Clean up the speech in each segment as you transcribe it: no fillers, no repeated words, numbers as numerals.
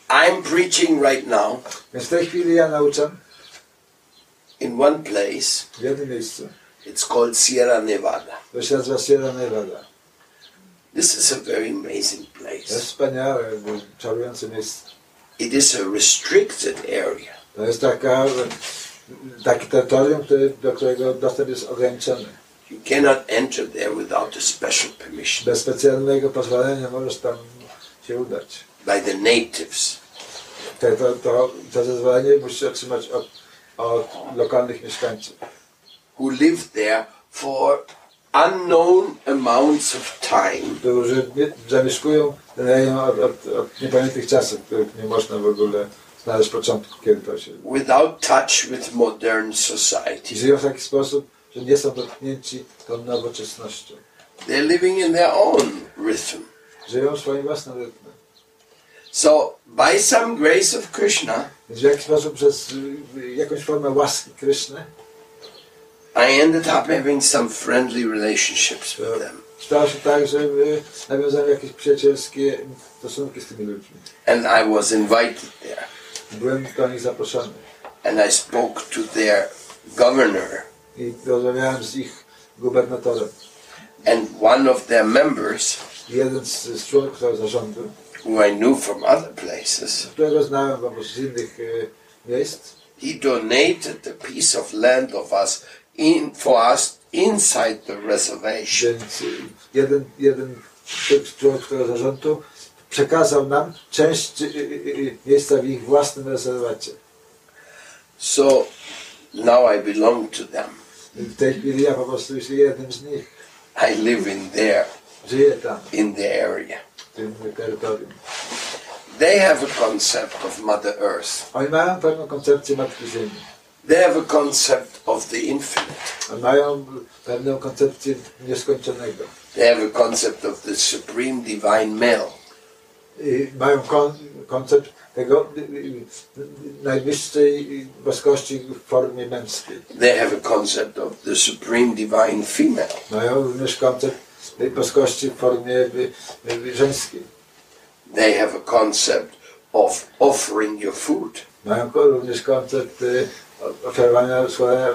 I'm preaching right now Więc w tej chwili ja nauczam in one place. w jednym miejscu. It's called Sierra Nevada. To się nazywa Sierra Nevada. This is a very amazing To jest place. wspaniałe, czarujące miejsce. It is a restricted area. To jest takie terytorium, do którego dostęp jest ograniczony. You cannot enter there without a special permission Bez specjalnego pozwolenia możesz tam się udać. by the natives. To zezwolenie musisz otrzymać od lokalnych mieszkańców, Who live there for unknown amounts of time. którzy zamieszkują ten rejon od niepamiętnych czasów, których nie można w ogóle znaleźć początku, kiedy to się... Without touch with modern society. Żyją w taki sposób, że nie są dotknięci tą nowoczesnością. They're living in their own rhythm. Żyją swoim własnym rytmem. So, by some grace of Krishna, Więc w jakiś sposób przez jakąś formę łaski Kryszny I ended up having some friendly relationships with them. stało się tak, że nawiązałem jakieś przyjacielskie stosunki z tymi ludźmi. And I was invited there. Byłem do nich zaproszony And I spoke to their governor. i rozmawiałem z ich gubernatorem. And one of their members, Jeden z członków tego zarządu, who I knew from other places, którego znałem po prostu z innych miejsc, he donated a piece of land of us for us inside the reservation. więc jeden z członków tego zarządu przekazał nam część miejsca w ich własnym rezerwacie. So now I belong to them. I w tej chwili ja po prostu jestem jednym z nich. I live in there, Żyję tam, in the area. w tym terytorium. They have a concept of Mother Earth. Oni mają pewną koncepcję Matki Ziemi. They have a concept of the infinite. Oni mają pewną koncepcję nieskończonego. They have a concept of the supreme divine male. I mają koncept tego najwyższej boskości w formie męskiej. They have a concept of the supreme divine female. Mają również koncept tej boskości w formie żeńskiej. They have a concept of offering your food. Mają również koncept oferowania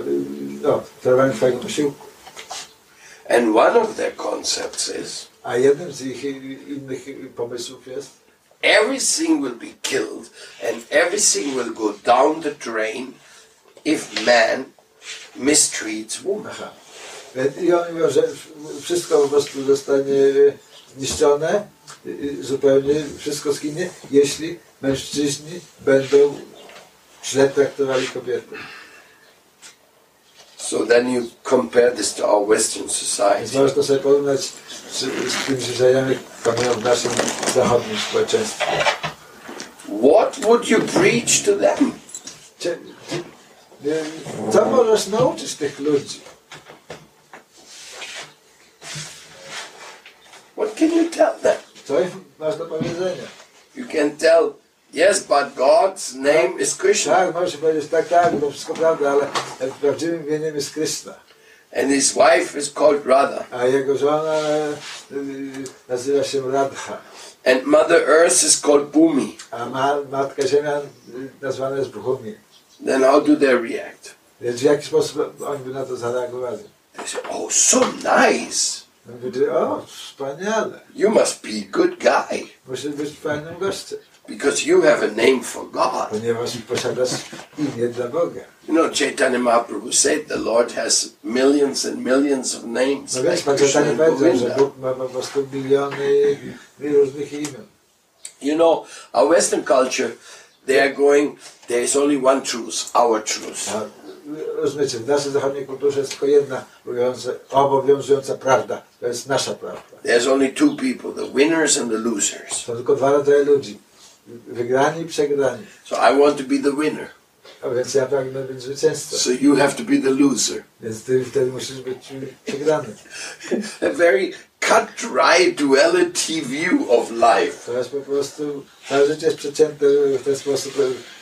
swojego posiłku. And one of their concepts is A jednym z ich innych pomysłów jest, everything will be killed and everything will go down the drain if man mistreats woman. I oni mówią, że wszystko po prostu zostanie zniszczone, zupełnie wszystko zginie, jeśli mężczyźni będą źle traktowali kobiety. So then you compare this to our Western Więc society. można sobie porównać z tym zwyczajami, które panują w naszym zachodnim społeczeństwie. What would you preach to them? Co możesz nauczyć tych ludzi? What can you tell them? Co im masz do powiedzenia? You can tell, yes, but God's name is Krishna. Tak, możesz powiedzieć, tak, to wszystko prawda, ale prawdziwym imieniem jest Kryszna. And his wife is called Radha. A jego żona nazywa się Radha. And Mother Earth is called Bhumi. A Matka Ziemia nazwana jest Bhumi. Then how do they react? Więc w jaki sposób oni by na to zareagowali? They say, oh, so nice. Oni powiedzieli, o, wspaniale. You must be a good guy Musisz być fajnym gościem, because you have a name for God. ponieważ posiadasz imię dla Boga. You know, Chaitanya Mahaprabhu said the Lord has millions and millions of names. No Like więc Pan Krishna Czatani and powiedział, że Govinda. Bóg ma po prostu miliony różnych imion. You know, our Western culture, they are going, there is only one truth, our truth. A rozumiecie, w naszej zachodniej kulturze jest tylko jedna obowiązująca prawda. To jest nasza prawda. There's only two people, the winners and the losers. Są tylko dwa rodzaje ludzi. Wygrani i przegrani. So I want to be the winner. A więc ja pragnę być zwycięzcą. So you have to be the loser. Więc ty wtedy musisz być przegrany. A very cut dry duality view of life. To jest po prostu, całe życie jest przecięte w ten sposób.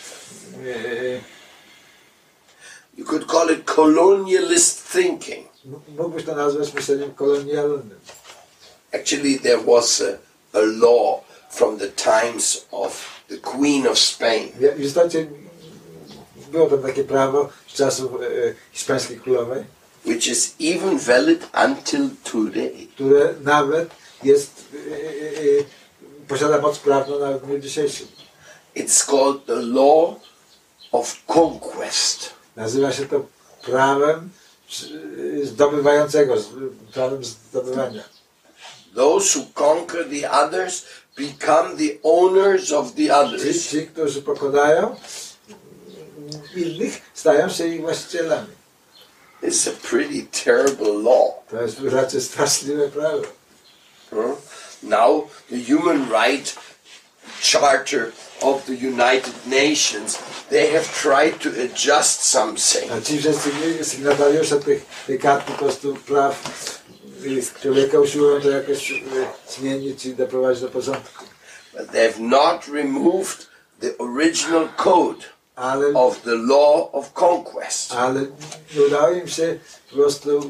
You could call it colonialist thinking. Mógłbyś to nazwać myśleniem kolonialnym. Actually, there was a law from the times of the Queen of Spain. W istocie było tam takie prawo z czasów hiszpańskiej królowej, which is even valid until today. które nawet jest, posiada moc prawną na dniu dzisiejszym. It's called the law of conquest. Nazywa się to prawem zdobywającego, prawem zdobywania. Those who conquer the others become the owners of the others. Ci, którzy pokonają innych, stają się ich właścicielami. It's a pretty terrible law. To jest raczej straszliwe prawo. Now, the Human Rights Charter of the United Nations, they have tried to adjust something. A ci wszyscy sygnatariusze tej karty po prostu praw człowieka usiłują to jakoś zmienić i doprowadzić do porządku. But they have not removed the original code Ale, of the law of conquest. ale nie udało im się po prostu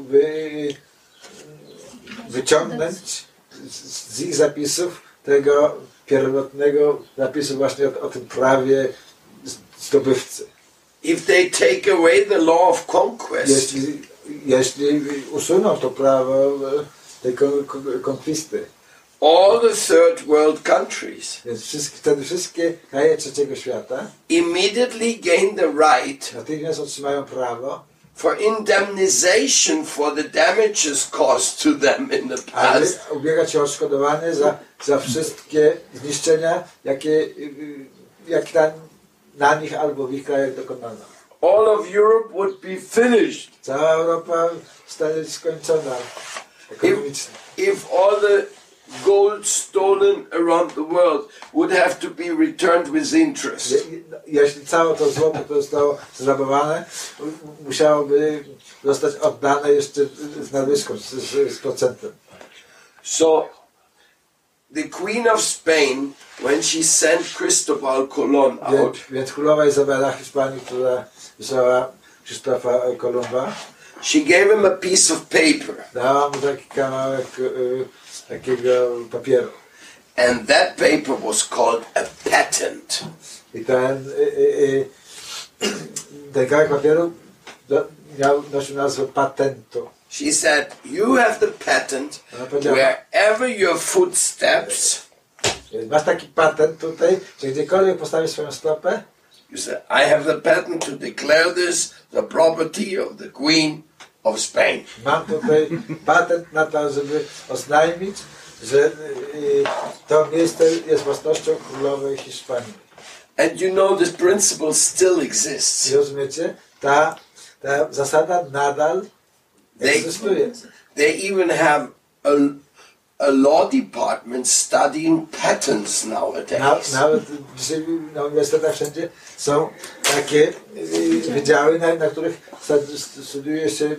wyciągnąć z ich zapisów tego pierwotnego zapisu właśnie o tym prawie zdobywcy. If they take away the law of conquest, Jeśli usuną to prawo tej konkwisty, all the third world countries więc wtedy wszystkie kraje trzeciego świata immediately gain the right natychmiast otrzymają prawo, for indemnization for the damages caused to them in the aby past. ubiegać się o odszkodowanie za wszystkie zniszczenia, jakie na nich albo w ich krajach dokonano. All of Europe would be finished Cała Europa stanie skończona ekonomicznie. if all the gold stolen around the world would have to be returned with interest. Jeśli całe to złoto, które zostało zrabowane, musiałoby zostać oddane jeszcze z nadwyżką, z procentem. So the Queen of Spain, when she sent Cristobal Colon out, Więc królowa Izabela Hiszpanii, która wysłała Krzysztofa Kolumba, she gave him a piece of paper, dała mu taki kawałek takiego papieru. and that paper was called a patent. I ten kawałek papieru nosił nazwę patentu. She said, "You have the patent wherever your foot steps." Masz taki patent tutaj, że gdziekolwiek postawisz swoją stopę, You said, "I have the patent to declare this the property of the Queen of Spain." mam tutaj patent na to, żeby oznajmić, że to miejsce jest własnością królowej Hiszpanii. And you know this principle still exists. I rozumiecie? Ta zasada nadal egzystuje. They even have a law department studying patents nowadays. Nawet dzisiaj na uniwersytetach wszędzie są takie wydziały, na których studiuje się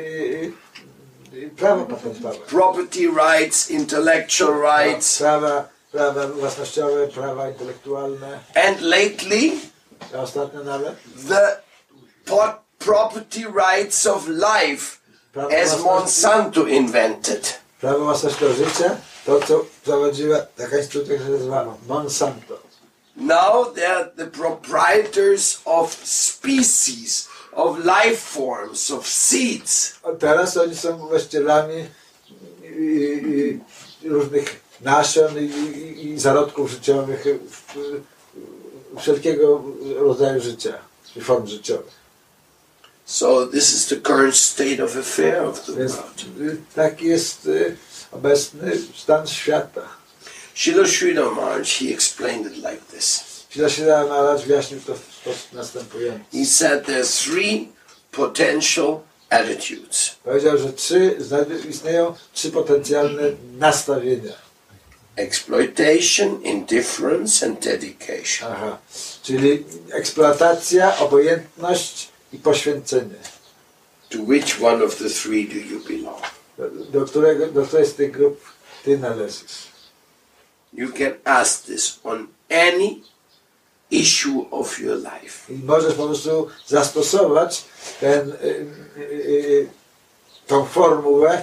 prawo patentowe. Property rights, intellectual rights. Prawa własnościowe, prawa intelektualne. And lately, A ostatnio nawet the property rights of life, as Monsanto invented. prawo własnościowe życia, to co prowadziła taka instytucja, która się nazywa Monsanto. Now they're the proprietors of species, of life forms, of seeds. A teraz oni są właścicielami różnych nasion i zarodków życiowych, wszelkiego rodzaju życia i form życiowych. So this is the current state of affair of the Więc world. taki jest obecny stan świata. Srila Sridhar Maharaj, he explained it like this. Srila Maharaj wyjaśnił to w sposób następujący. He said there's three potential attitudes. Powiedział, że istnieją trzy potencjalne nastawienia. Exploitation, indifference and dedication. Aha. Czyli eksploatacja, obojętność i poświęcenie. To which one of the three do you belong? Do której z tych grup ty należysz? You can ask this on any issue of your life. I możesz po prostu zastosować tą formułę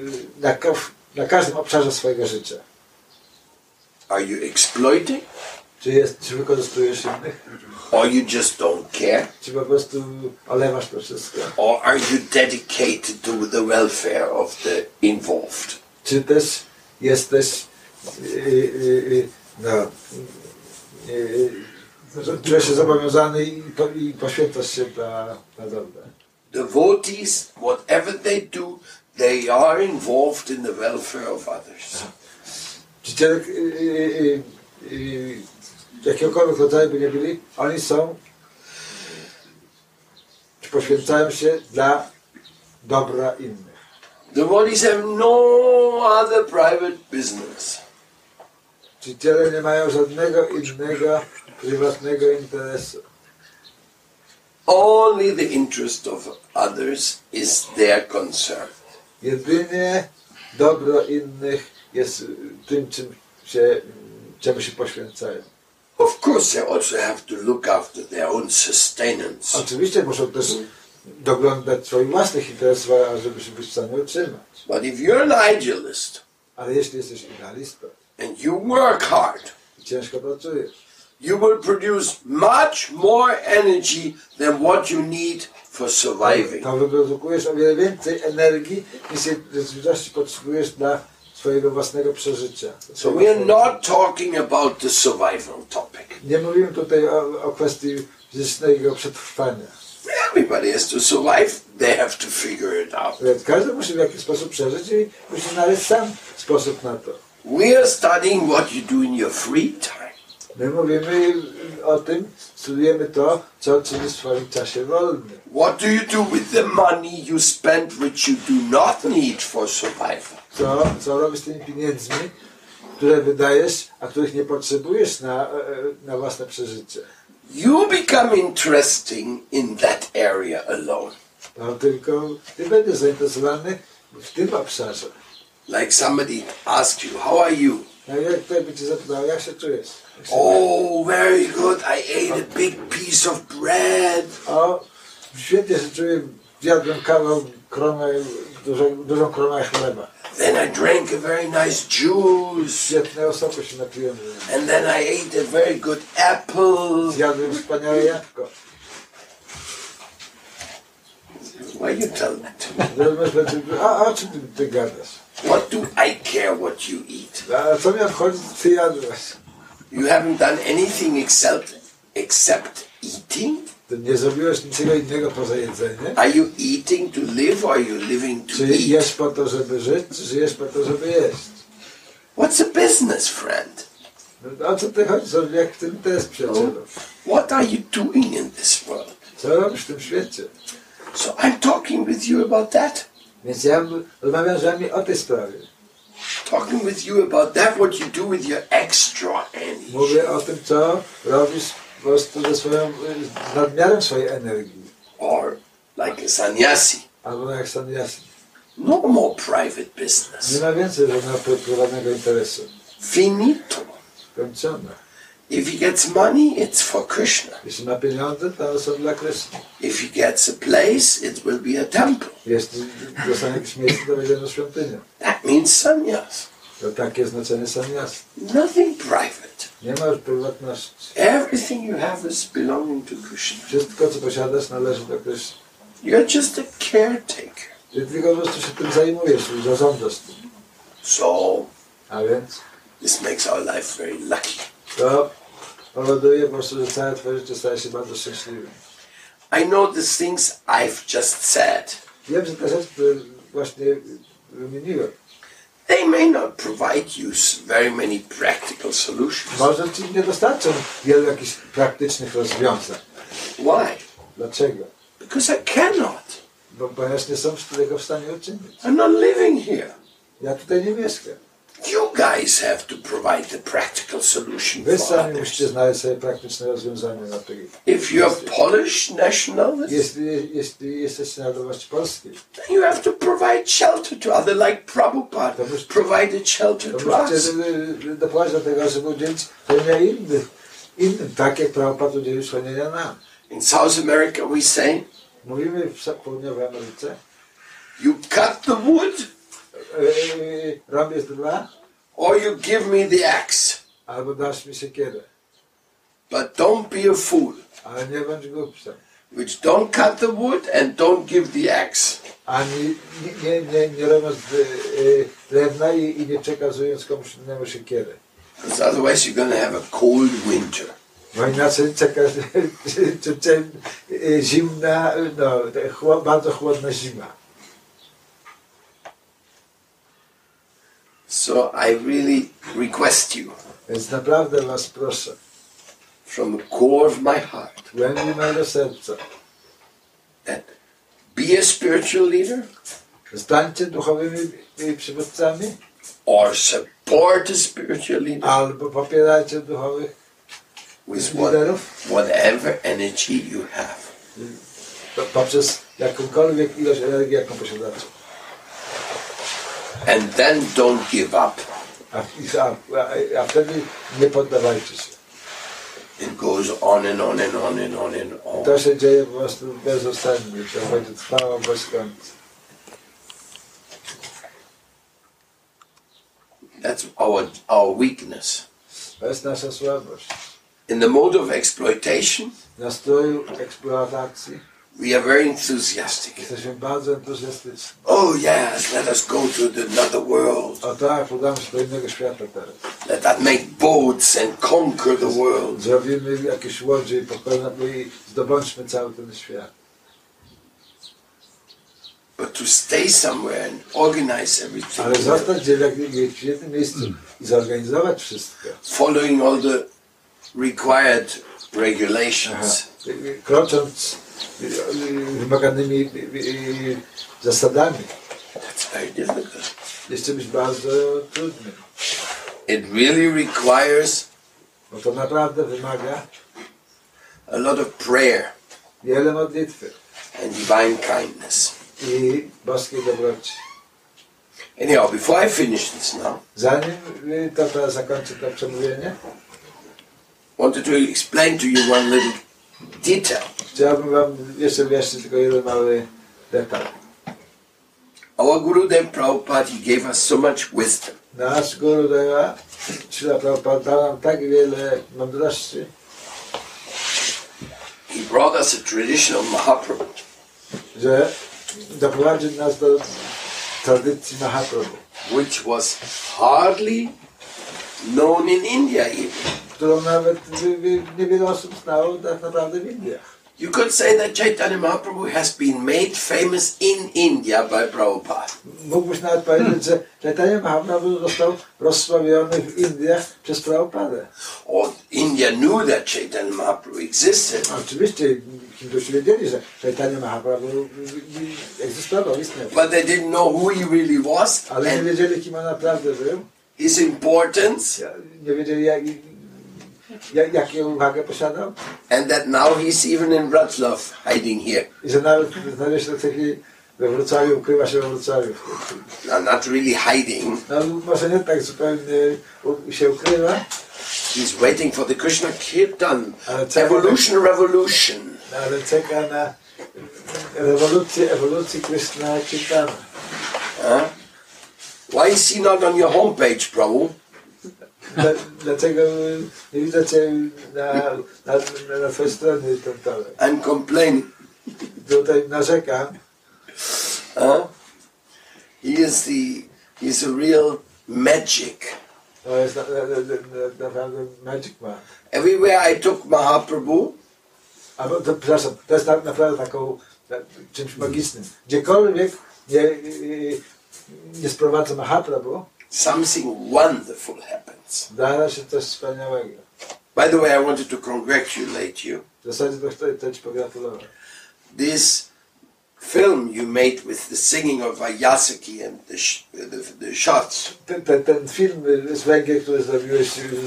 na każdym obszarze swojego życia. Are you exploiting? Czy wykorzystujesz innych? Or you just don't care? Czy po prostu olewasz to wszystko? Or are you dedicated to the welfare of the involved? Czy też jesteś czujesz się zobowiązany i poświęcasz się na dobre? Devotees, whatever they do, they are involved in the welfare of others. Czciciele jakiegokolwiek rodzaju by nie byli, oni są, czy poświęcają się dla dobra innych. Devotees have no other private business. Czciciele nie mają żadnego innego prywatnego interesu. Only the interest of others is their concern. Jedynie dobro innych jest tym, czemu się poświęcają. Of course, they also have to look after their own sustenance. Oczywiście muszą też doglądać swoich własnych interesów, żeby się być w stanie utrzymać. But if you're an idealist Ale jeśli jesteś idealistą and you work hard, i ciężko pracujesz, you will produce much more energy than what you need for surviving. to wyprodukujesz o wiele więcej energii, niż w rzeczywistości potrzebujesz dla swojego własnego przeżycia. So we are not talking about the survival topic. Nie mówimy tutaj o kwestii fizycznego przetrwania. Everybody has to survive. They have to figure it out. Każdy musi w jakiś sposób przeżyć i musi znaleźć sam sposób na to. We are studying what you do in your free time. My mówimy o tym, studujemy to, co czynisz w swoim czasie wolnym. What do you do with the money you spend which you do not need for survival? Co robisz z tymi pieniędzmi, które wydajesz, a których nie potrzebujesz na własne przeżycie. You become interesting in that area alone. No tylko ty będziesz zainteresowany w tym obszarze. Like somebody asked you, how are you? Jak ktoś by cię zapytał, jak się czujesz? Oh, very good. I ate a big piece of bread. O, świetnie się czuję, zjadłem kawał dużą kromę chleba. Then I drank a very nice juice. Świetnego soku się napiłem. And then I ate a very good apple. Zjadłem wspaniałe jabłko. Why you tell that to me? A o czym ty gadasz? What do I care what you eat? A co mnie obchodzi, co ty jadłeś? You haven't done anything except eating? Ty nie zrobiłeś niczego innego poza jedzeniem? Are you eating to live or are you living to Czy eat? jesz po to, żeby żyć, czy żyjesz po to, żeby jeść? What's a business, friend? No, o co ty chodzi? Jak w tym też, przyjacielu? What are you doing in this world? Co robisz w tym świecie? So I'm talking with you about that. Więc ja rozmawiam z wami o tej sprawie. Talking with you about that, what you do with your extra energy. Mówię o tym, co robisz po prostu ze swoją, z nadmiarem swojej energii. Or like a sannyasi. Albo jak sannyasi. No more private business. Nie ma więcej żadnego prywatnego interesu. Finito. Kończone. If he gets money, it's for Krishna. Jeśli ma pieniądze, to są dla Kryszny. If he gets a place, it will be a temple. Jeśli dostanie jakieś miejsce, to będzie na świątynię. That means sannyas. To takie znaczenie sannyasy. Nothing private. Nie ma już prywatności. Everything you have is belonging to Krishna. Wszystko, co posiadasz, należy do Kryszny. You're just a caretaker. Ty tylko po prostu się tym zajmujesz i zarządzasz tym. So, A więc this makes our life very lucky. to powoduje po prostu, że całe twoje życie staje się bardzo szczęśliwym. I know the things I've just said. Wiem, że te rzeczy, które właśnie wymieniłem, They may not provide you very many practical solutions. może ci nie dostarczą wielu jakichś praktycznych rozwiązań. Why? Dlaczego? Because I cannot. Ponieważ nie są tego w stanie uczynić. I'm not living here. Ja tutaj nie mieszkam. You guys have to provide the practical solution Wy for sami others. musicie znaleźć sobie praktyczne rozwiązania na to. If you're Polish nationalist, Jeśli jesteście narodowości polskiej, then you have to provide shelter to others, like Prabhupada provided shelter to to us. musicie doprowadzić do tego, żeby udzielić schronienia innym, tak jak Prabhupada udzielił schronienia nam. In South America we say, Mówimy w południowej Ameryce, you cut the wood rąbiesz drwa, or you give me the axe. albo dasz mi siekierę. But don't be a fool, ale nie bądź głupcem. which don't cut the wood and don't give the axe. Ani nie robiąc drewna i nie przekazując komuś innemu siekierę. Because otherwise you're going to have a cold winter. Bo inaczej czeka zimna, bardzo chłodna zima. So I really request you, Więc naprawdę was proszę, from the core of my heart, głębi mojego serca, that be a spiritual leader zostańcie duchowymi przywódcami, or support a spiritual leader albo popierajcie duchowych with liderów whatever energy you have. poprzez jakąkolwiek ilość energii, jaką posiadacie. And then don't give up. A wtedy nie poddawajcie się. It goes on and on and on and on and on. To się dzieje po prostu bezustannie, to będzie trwało bez końca. That's our weakness. To jest nasza słabość. In the mode of exploitation, W nastroju eksploatacji we are very enthusiastic. jesteśmy bardzo entuzjastyczni. Oh yes, let us go to another world. O tak, udamy się do innego świata teraz. Let us make boats and conquer the world. Zrobimy jakieś łodzie i zdobądźmy cały ten świat. But to stay somewhere and organize everything, Ale zostać w jednym miejscu i zorganizować wszystko, following all the required regulations, krocząc wymaganymi zasadami, that's very difficult. jest czymś bardzo trudnym. It really requires Bo to naprawdę wymaga a lot of prayer wiele modlitwy and divine kindness. i boskiej dobroci. Anyhow, before I finish this now, Zanim to teraz zakończę to przemówienie, I wanted to explain to you one little detail. chciałbym wam jeszcze wyjaśnić tylko jeden mały detal. Our Gurudev Prabhupada, he gave us so much wisdom. Nasz Guru Deva, Śrila Prabhupada, dał nam tak wiele mądrości, He brought us a traditional Mahaprabhu. że doprowadził nas do tradycji Mahaprabhu, Which was hardly known in India even. którą nawet niewiele osób znało tak naprawdę w Indiach. You could say that Chaitanya Mahaprabhu has been made famous in India by Prabhupada. Mógłbyś nawet powiedzieć, że Chaitanya Mahaprabhu został rozsławiony w Indiach przez Prabhupadę. Or India knew that Chaitanya Mahaprabhu existed, Oczywiście Hindusi wiedzieli, że Chaitanya Mahaprabhu egzystował, istniał, but they didn't know who he really was ale nie and wiedzieli, kim on naprawdę był. his importance, Nie wiedzieli, jaką uwagę posiadał. and that now he's even in Wrocław hiding here. I że nawet znajduje się w tej chwili we Wrocławiu, ukrywa się we Wrocławiu. No, not really hiding. No może nie tak zupełnie się ukrywa, He's waiting for the Krishna Kirtan, Ale czeka- evolution, revolution. ale czeka na ewolucji Krishna Chaitanya. Huh? Why is he not on your homepage, Prabhu? Dlaczego nie widzę Cię na Twojej stronie internetowej? I'm complaining. Tutaj narzekam. Huh? He's a real magic. To jest naprawdę Magic Man. Everywhere I took Mahaprabhu, Przepraszam, to jest naprawdę czymś magicznym. Gdziekolwiek nie sprowadzę Mahaprabhu, something wonderful happens. zdarza się coś wspaniałego. By the way, I wanted to congratulate you. W zasadzie to chcę Ci pogratulować. This film you made with the singing of Vyasaki and the shots. Ten film z Węgier, który zrobiłeś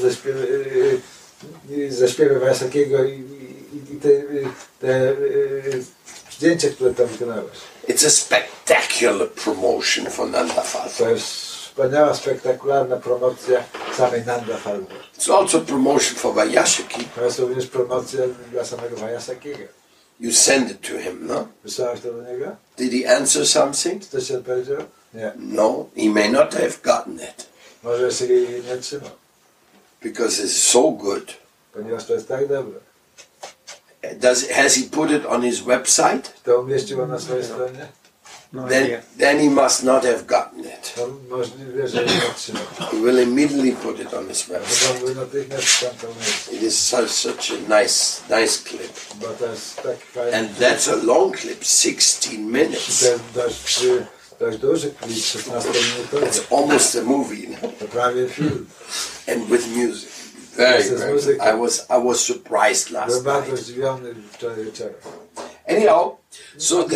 ze śpiewem Vyasakiego i te zdjęcia, które tam wykonałeś. It's a spectacular promotion for Nanda Falva. To jest wspaniała, spektakularna promocja samej Nanda Falva. It's also promotion for Vyasaki. To jest również promocja dla samego Vyasakiego. You send it to him, no? Wysłałeś to do niego? Did he answer something? Czy coś ci odpowiedział? Nie. No, he may not have gotten it Może jeszcze jej nie trzymał. because it's so good. ponieważ to jest tak dobre. Has he put it on his website? To umieścił on na swojej stronie? No Then, idea. then he must not have gotten it. To możliwe, że nie otrzymał. He will immediately put it on his To website. byłby natychmiast tam to umieścił. It is such a nice clip. Bo to jest tak fajne. And that's a long clip, 16 To minutes. jest dość duży klip, 16-minutowy. It's almost a movie, To prawie film. and with music. Very, This is very. music. I was surprised Byłem last bardzo night. zdziwiony wczoraj wieczorem. Anyhow, so Okay.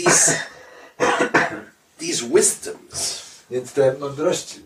these wisdoms. Więc te mądrości.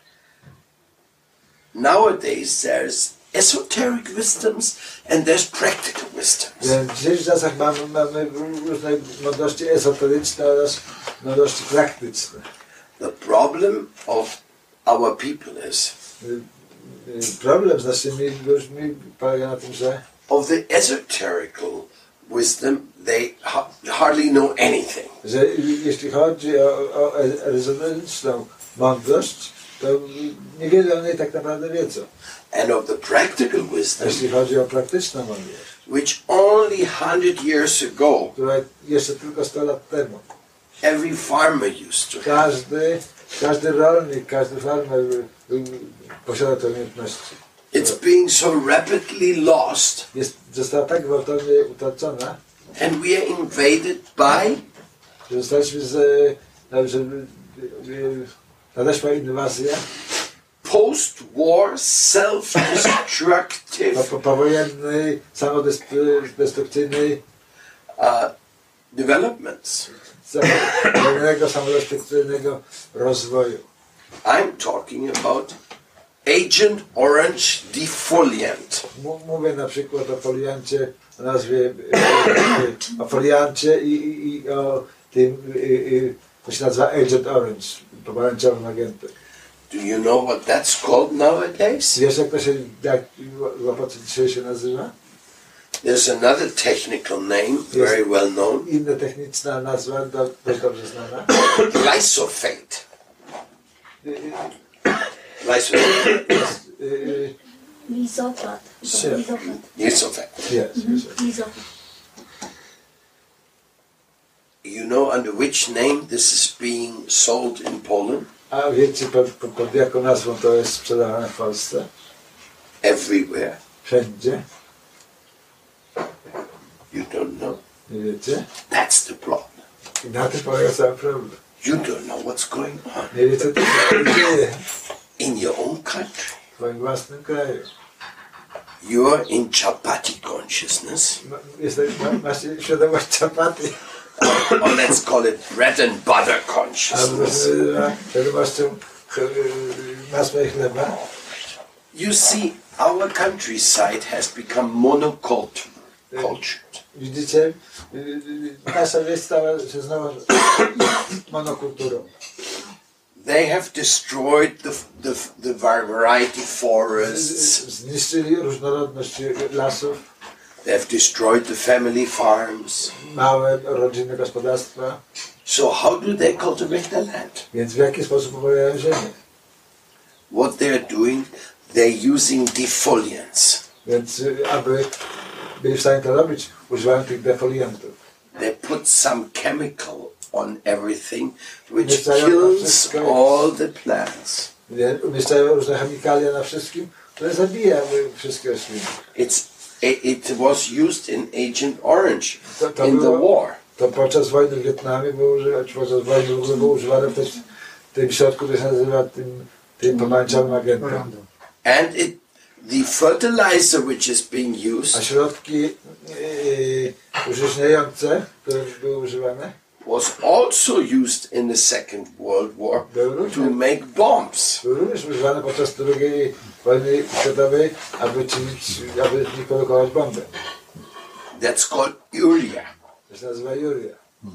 Nowadays, there's esoteric wisdoms and there's practical wisdoms. W dzisiejszych czasach mamy różne mądrości esoteryczne oraz mądrości praktyczne. The problem of our people is Problem z naszymi ludźmi polega na tym, że of the esoterical wisdom, they hardly know anything. jeśli chodzi o ezoteryczną mądrość, to niewiele o niej tak naprawdę wiedzą. And of the practical A wisdom, jeśli chodzi o praktyczną mądrość, which only 100 years ago, która jeszcze tylko 100 lat temu every farmer used to have. każdy rolnik, każdy farmer posiada te umiejętności. It's being so rapidly lost, Została tak gwałtownie utracona, and we are invaded by że zostaliśmy nadeszła inwazja post-war self-destructive powojennej, samodestrukcyjnej, developments. samowojennego, samodestrukcyjnego rozwoju. I'm talking about Agent Orange defoliant. Mówię na przykład o foliancie, o nazwie o foliancie i o tym, to się nazywa Agent Orange, pomarańczowym agentem. Do you know what that's called nowadays? Wiesz, jak to się, jak łopoty dzisiaj się nazywa? There's another technical name, very well known, Inna techniczna nazwa, dość dobrze znana. glyphosate. Glyphosate. Lizofat. Sure. Lizofat. Glyphosate. Yes, Lizofat. You know under which name this is being sold in Poland? A wiecie pod jaką nazwą to jest sprzedawane w Polsce? Everywhere. Wszędzie? You don't know. Nie wiecie? That's the problem. I na tym polega cały problem. You don't know what's going on Nie wiecie, co się dzieje in your own country. w swoim własnym kraju. You're in chapati consciousness, Masz świadomość czapaty, or let's call it bread and butter albo consciousness. świadomością masła i chleba. You see, our countryside has become monocultured. Widzicie, nasza wieś stała się znowu monokulturą. They have destroyed the variety forests. Zniszczyli różnorodność lasów, They have destroyed the family farms. małe rodzinne gospodarstwa, So how do they cultivate the land? więc w jaki sposób uprawiają ziemię? What they're doing, they're using defoliants. Więc aby byli w stanie to robić, używają tych defoliantów. They put some chemical on everything, which Umieszczają na kills wszystko. all the plants. Umieszczają różne chemikalia na wszystkim, które zabija wszystkie rośliny. It was used in Agent Orange To in the było- war. To podczas wojny w Wietnamie było używane, czy podczas wojny w ogóle było używane w tym środku, który się nazywa tym pomarańczowym agentem. And the fertilizer which is being A used środki użyźniające, które były używane, was also used in the Second World War to make bombs. były również używane podczas II wojny światowej, aby w nich produkować bombę. That's called urea. To się nazywa Juria.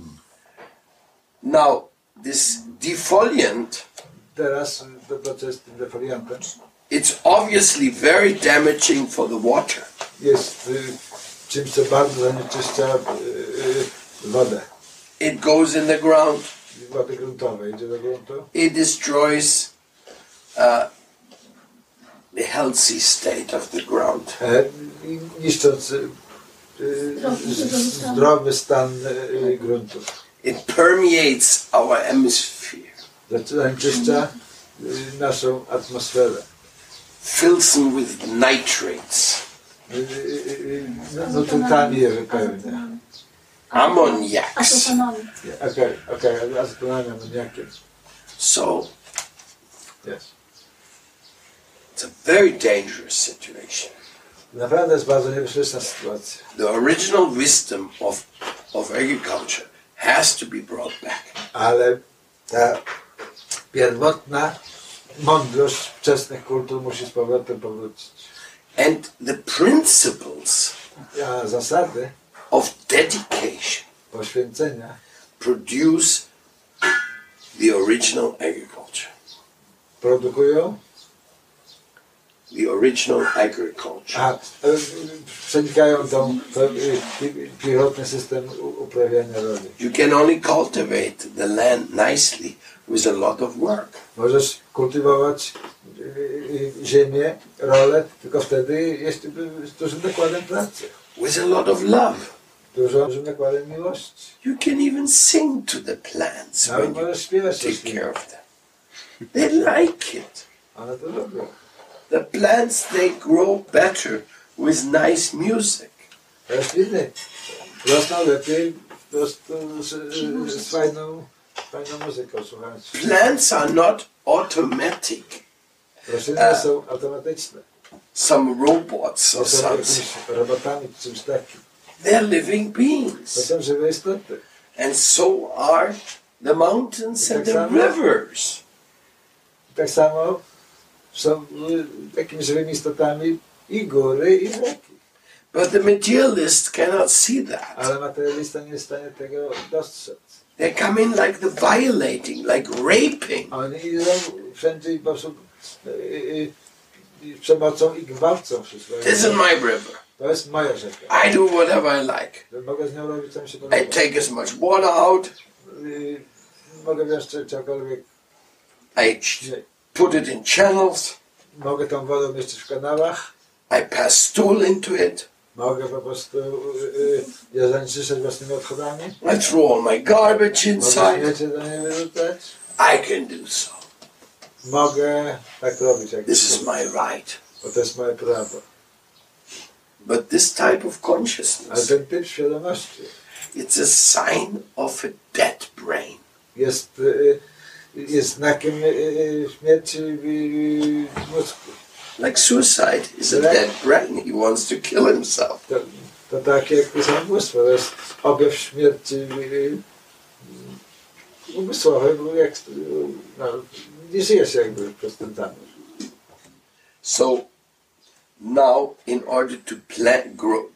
Now, this defoliant, Teraz to co jest tym defoliantem, it's obviously very damaging for the water. jest czymś, co bardzo zanieczyszcza wodę. It goes in the ground. Wody gruntowe idzie do gruntu. It destroys the healthy state of the ground. Niszcząc zdrowy stan gruntów. It permeates our hemisphere, Zanieczyszcza naszą atmosferę. fills them with nitrates, Nutrentami je wypełnia. ammoniacs. Okej, acetonami, amoniakiem. So Yes. it's a very dangerous situation. Naprawdę jest bardzo niebezpieczna sytuacja. The original wisdom of agriculture has to be brought back. Ale ta pierwotna mądrość wczesnych kultur musi z powrotem powrócić. And the principles A zasady of dedication poświęcenia produce the original agriculture. produkują, The original agriculture. przenikają tą pierwotny system uprawiania roli. You can only cultivate the land nicely with a lot of work. Możesz kultywować ziemię, rolę, tylko wtedy jest z dużym nakładem pracy. With a lot of love. Dużym nakładem miłości. You can even sing to the plants Nawet when you możesz śpiewać take coś. care of them. They like it. One to lubią. The plants, they grow better with nice music. Rośliny rosną lepiej po prostu z fajną muzyką słuchać. Plants are not automatic. Rośliny są automatyczne. Some robots Nie or są something. jakimiś robotami czy czymś takim. They're living To beings. są żywe istoty. And so are the mountains and the rivers. Tak samo są takimi żywymi istotami i góry, i rzeki. But the materialist cannot see that. Ale materialista nie jest w stanie tego dostrzec. They come in like the violating, like raping. Oni idą wszędzie i po prostu przemocą i gwałcą wszystko. This is my river. To jest moja rzeka. I do whatever I like. Mogę z nią robić co mi się podoba. I take as much water out. Mogę wziąć cokolwiek. I put it in channels. Mogę tą wodę mieścić w kanałach. I pass stool into it. Mogę po prostu je zanieczyszczać własnymi odchodami. I throw all my garbage Mogę inside. śmiecie do niej wyrzucać. I can do so. Mogę tak robić, jak This is my right. bo to jest moje prawo. But this type of Ale consciousness, ten typ świadomości it's a sign of a dead brain. jest znakiem śmierci mózgu. Like suicide is a dead brain. He wants to kill himself. To tak jak samobójstwo, to jest objaw śmierci umysłowej, bo jak nie żyje się jakby przez ten zamysł. So now, in order to plant,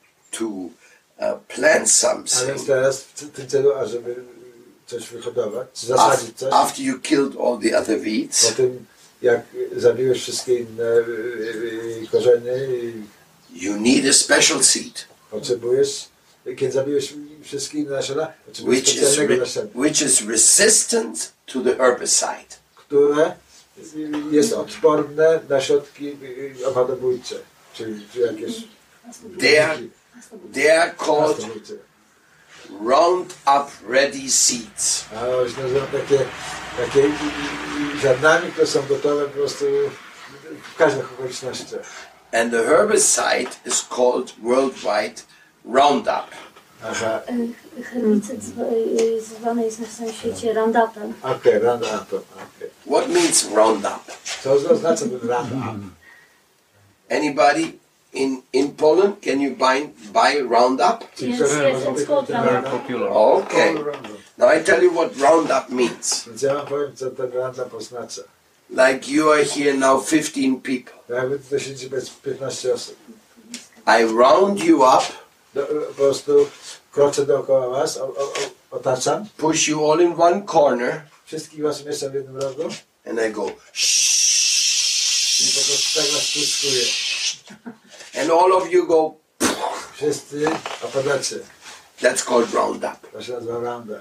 plant A something, więc teraz w tym celu, ażeby coś wyhodować, zasadzić coś, after you killed all the other po weeds, tym jak zabiłeś wszystkie inne korzenie i you need a special seed, potrzebujesz, kiedy zabiłeś wszystkie inne nasiona, potrzebujesz specjalnego nasiona, which is resistant to the herbicide. które jest odporne na środki owadobójcze, czy jakieś They are called nastobójcze. Roundup Ready seeds. A oni się nazywają takie ziarnami, które są gotowe po prostu w każdych okolicznościach. And the herbicide is called worldwide Roundup. Aha, Herbicyd zwany jest na całym świecie Roundupem. okej, Roundup, okej. What means Roundup? Co oznacza ten Roundup? Anybody in Poland, can you buy Roundup? Yes, it's called Roundup. Popular. Okay. Now I tell you what Roundup means. Więc ja wam powiem, co ten Roundup oznacza. Like you are here now 15 people. Jakby tutaj siedzi 15 osób. I round you up, Po prostu kroczę dookoła was, otaczam. push you all in one corner, Wszystkich was umieszczam w jednym rogu and I go i po shh. prostu tak was pryskuję. And all of you go, Wszyscy opadacie. that's called Roundup. To się nazywa Roundup.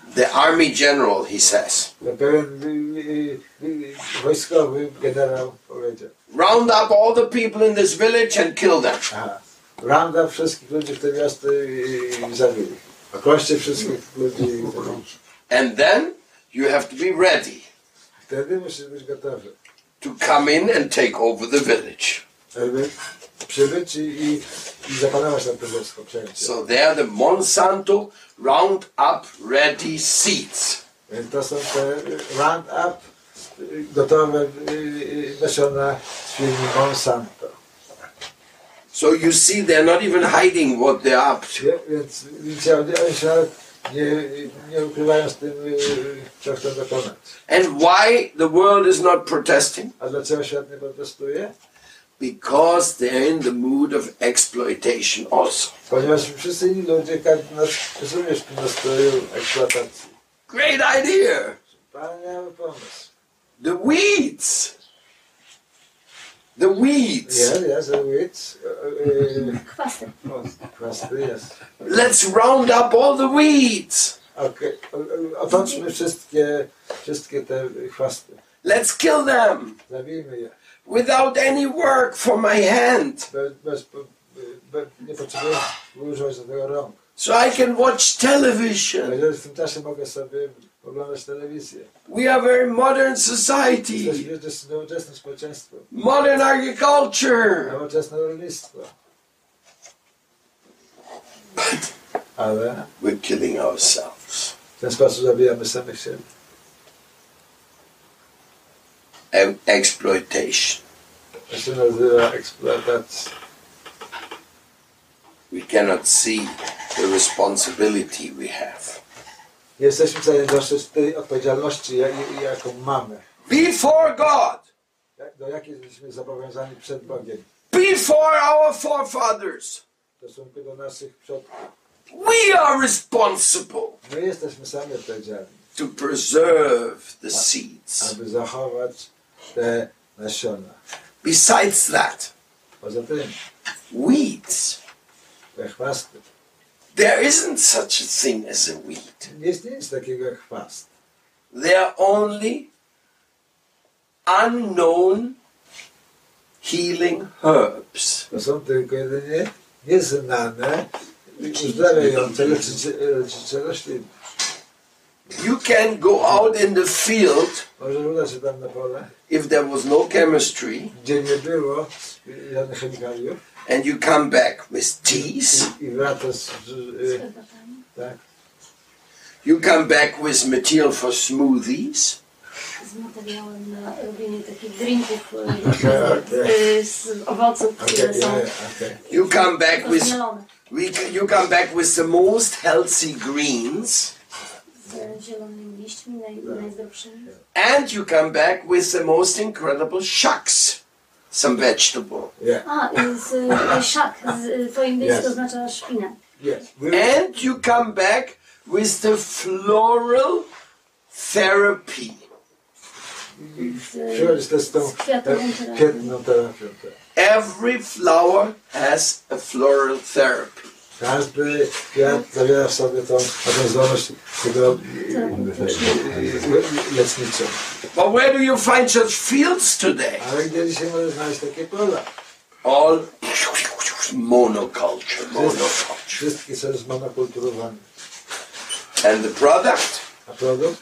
The army general, he says, Pewien wojskowy generał powiedział: round up all the people in this village and kill them. aha, round up wszystkich ludzi w tym miasto i zabili. Okroście wszystkich ludzi i zabili. And then you have to be ready Wtedy musisz być gotowy, to come in and take over the village. żeby przybyć i zapanować nad tym wojską, przejąć. So there the Monsanto Roundup Ready seeds. Więc to są te Roundup gotowe nasiona z firmy Monsanto. So you see, they're not even hiding what they're up to. Więc widzicie, oni się nawet nie ukrywają z tym, co chcą dokonać. And why the world is not protesting? A dlaczego świat nie protestuje? Because they're in the mood of exploitation also. Ponieważ wszyscy inni ludzie, każdy nas również w nastroju eksploatacji. Great idea! Wspaniały pomysł. The weeds! The weeds! Jest, weeds. Chwasty. Chwasty, jest. Let's round up all the weeds! Okej. Otoczmy wszystkie te chwasty. Let's kill them! Zabijmy je. Without any work for my hand! Nie potrzebuję używać do tego rąk. So I can watch television! W tym czasie mogę sobie oglądać telewizję. We are very modern society! Jesteśmy nowoczesnym społeczeństwem. Modern agriculture! Nowoczesne rolnictwo. But Ale we're killing ourselves. w ten sposób zabijamy samych siebie. Exploitation. To się nazywa eksploatacja. We cannot see the responsibility we have. Nie jesteśmy w stanie dostrzec tej odpowiedzialności, jaką mamy. Before God, Do jakiej jesteśmy zobowiązani przed Bogiem. before our forefathers, W stosunku do naszych przodków. we are responsible My jesteśmy sami odpowiedzialni, to preserve the seeds. aby zachować te nasiona. Besides that, Poza tym, weeds. te chwasty. There isn't such a thing as a weed. Nie istnieje nic takiego jak chwast. They are only unknown healing herbs. To są tylko jedynie nieznane, uzdrawiające, leczycze rośliny. You can go out in the field Może udać się tam na pole, if there was no chemistry, gdzie nie było żadnych chemikaliów and you come back with teas. i wraca tak, You come back with material for smoothies. Z materiałem na robienie takich drinków Okay. z owoców, które są You come back with rozmielone. you come back with the most healthy greens, Z zielonymi liśćmi, najzdrowszymi. and you come back with the most incredible shucks, some vegetable, A, szak po indyjsku Yes. oznacza szpinak. and you come back with the floral therapy. Przychodzi też z tą kwietną terapią. Every flower has a floral therapy. Każdy kwiat zawiera w sobie tą zdolność tego leczniczą. But where do you find such fields today? Ale gdzie dzisiaj możesz znaleźć takie pola? All monoculture. Wszystkie są zmonokulturowane. And the product A produkt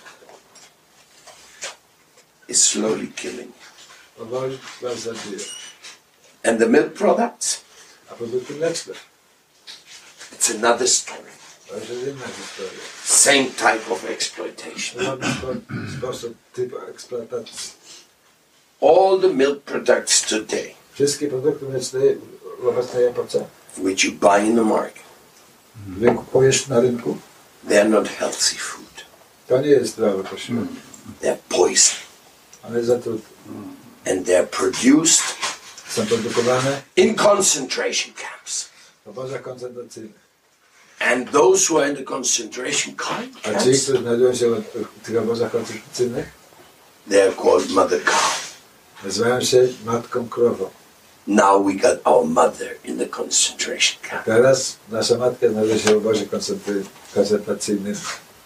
is slowly killing. powoli was zabija. And the milk products, A produkty mleczne it's another story. to już jest inna historia. Same type of exploitation. Mamy sposób, typ eksploatacji. All the milk products today, Wszystkie produkty mleczne w obecnej epoce which you buy in the market, wykupujesz na rynku, they're not healthy food. to nie jest zdrowy posiłek. They're poison. One jest zatrute. And they're produced Są produkowane in concentration camps. w obozach koncentracyjnych. And those who are in the concentration A ci, camps, którzy znajdują się w tych obozach koncentracyjnych, they're called mother cow. nazywają się matką krową. Now we got our mother in the concentration camp. Teraz nasza matka znajduje się w obozie koncentracyjnym.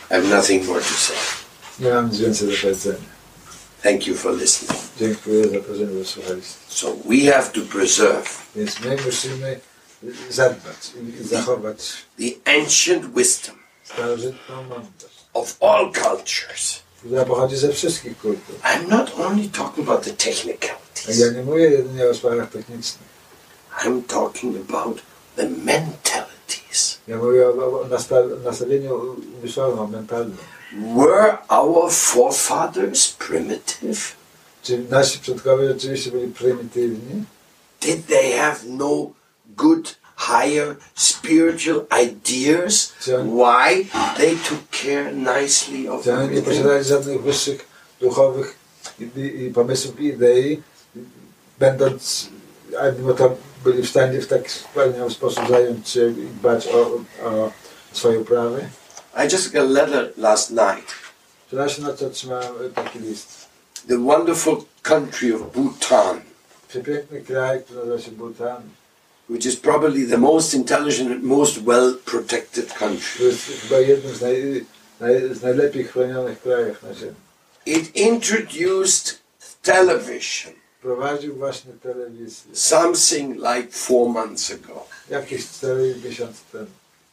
I have nothing more to say. Nie mam nic więcej do powiedzenia. Thank you for listening. Dziękuję za to, że wysłuchaliście. So we have to preserve Więc my musimy zadbać i zachować the ancient wisdom starożytną mądrość, of all cultures. która pochodzi ze wszystkich kultur. I'm not only talking about the A technicalities. ja nie mówię jedynie o sprawach technicznych. I'm talking about the mentalities. Ja mówię o nastawieniu umysłowym, mentalnym. Were our forefathers primitive? Czy nasi przodkowie rzeczywiście byli prymitywni? Did they have no good, higher spiritual ideas? Why they took care nicely of Czy oni nie everything? posiadali żadnych wyższych duchowych i pomysłów i idei, będąc, a mimo to byli w stanie w tak wspaniały sposób zająć się i dbać o swoje uprawy? I just got a letter last night. Wczoraj się nocy otrzymałem taki list. The wonderful country of Bhutan, Przepiękny kraj, który nazywa się Bhutan, which is probably the most intelligent and most well-protected country. to jest chyba jednym z najlepiej chronionych krajów na ziemi. It introduced television Prowadził właśnie telewizję. something like 4 months ago. Jakieś 4 miesiące temu.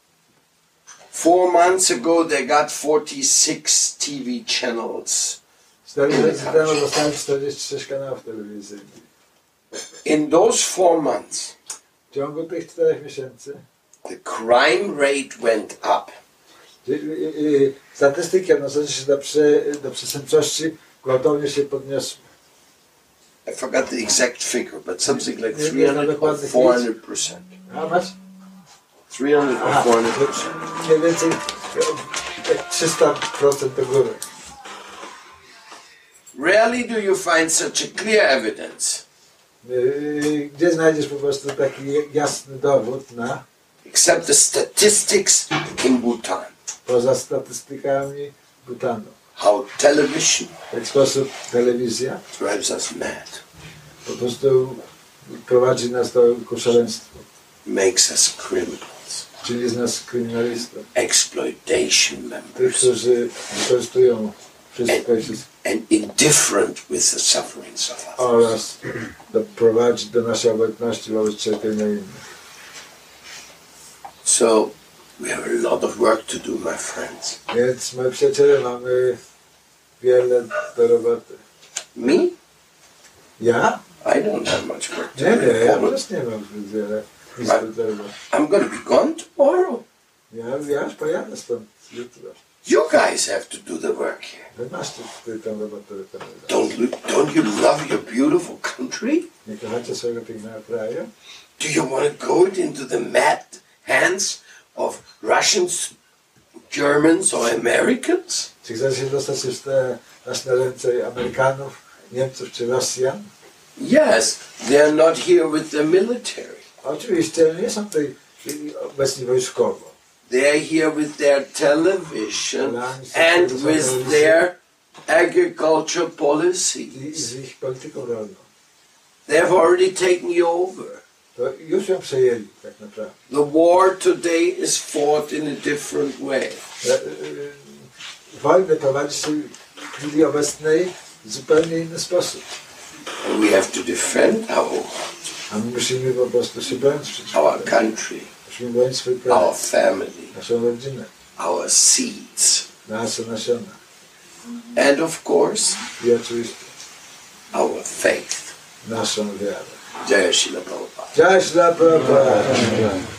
4 months ago, they got 46 TV channels. 4 miesiące temu dostałem 46 kanałów telewizyjnych. In those 4 months, W ciągu tych 4 miesięcy the crime rate went up. Statystyki odnoszące się do przestępczości gwałtownie się podniosły. I forgot the exact figure, but something like 300 or 400%. A masz? 300 or 400%. Mniej więcej jak 300% do góry. Rarely do you find such a clear evidence, Gdzie znajdziesz po prostu taki jasny dowód na, except the statistics in Bhutan. poza statystykami Bhutanu. How television W ten sposób telewizja drives us mad, po prostu prowadzi nas ku szaleństwu, makes us criminals, czyli z nas kryminalistów. exploitation Tych, members, którzy wykorzystują wszystko i wszystko. and indifferent with the sufferings of others. Oraz doprowadzi do naszej obecności wobec cierpienia innych. So we have a lot of work to do, my friends. Więc moi przyjaciele, mamy wiele do roboty. Me? Ja? I don't have much work to Nie, do. ja też nie mam zbyt wiele do roboty. I'm going to be gone tomorrow. Ja już pojadę stąd jutro. You guys have to do the work here. Wy masz tutaj tę robotę wykonywać. Don't you love your beautiful country? Nie kochacie swojego pięknego kraju? Do you want to go into the mad hands of Russians, Germans or Americans? Czy chcecie się dostać już na ręce Amerykanów, Niemców czy Rosjan? Yes, they're not here with the military. Oczywiście nie są tutaj obecni wojskowo. They're here with their television and with their agriculture I policies. z ich polityką rolną. They've already taken you over. To już ją przejęli tak naprawdę. The war today is fought in a different way. Wojnę prowadzi się w chwili obecnej w zupełnie inny sposób. And we have to defend our A my musimy po prostu się bronić przeciwko our temu. country, Musimy bronić swój our kraj, family, naszą rodzinę, our seeds, nasze nasiona and of course, i oczywiście our faith. naszą wiarę. Jai Srila Prabhupada. Jai Shri Prabhupada.